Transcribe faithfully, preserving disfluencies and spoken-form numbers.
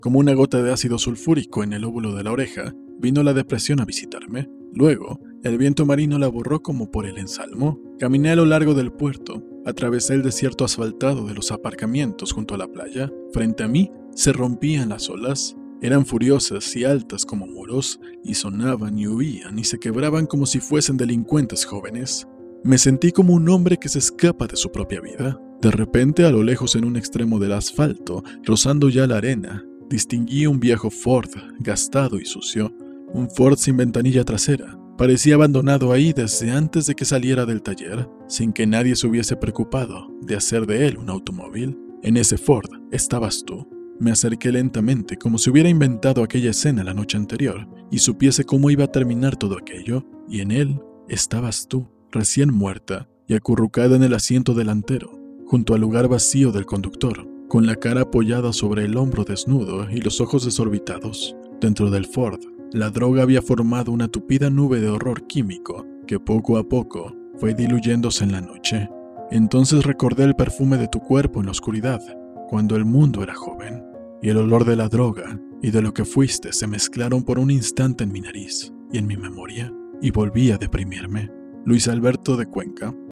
Como una gota de ácido sulfúrico en el óvulo de la oreja, vino la depresión a visitarme. Luego, el viento marino la borró como por el ensalmo. Caminé a lo largo del puerto, atravesé el desierto asfaltado de los aparcamientos junto a la playa. Frente a mí se rompían las olas. Eran furiosas y altas como muros, y sonaban y huían y se quebraban como si fuesen delincuentes jóvenes. Me sentí como un hombre que se escapa de su propia vida. De repente, a lo lejos en un extremo del asfalto, rozando ya la arena, distinguí un viejo Ford, gastado y sucio. Un Ford sin ventanilla trasera. Parecía abandonado ahí desde antes de que saliera del taller, sin que nadie se hubiese preocupado de hacer de él un automóvil. En ese Ford estabas tú. Me acerqué lentamente, como si hubiera inventado aquella escena la noche anterior, y supiese cómo iba a terminar todo aquello, y en él estabas tú, recién muerta, y acurrucada en el asiento delantero, junto al lugar vacío del conductor, con la cara apoyada sobre el hombro desnudo y los ojos desorbitados. Dentro del Ford, la droga había formado una tupida nube de horror químico que poco a poco fue diluyéndose en la noche. Entonces recordé el perfume de tu cuerpo en la oscuridad, cuando el mundo era joven, y el olor de la droga y de lo que fuiste se mezclaron por un instante en mi nariz y en mi memoria, y volví a deprimirme. Luis Alberto de Cuenca.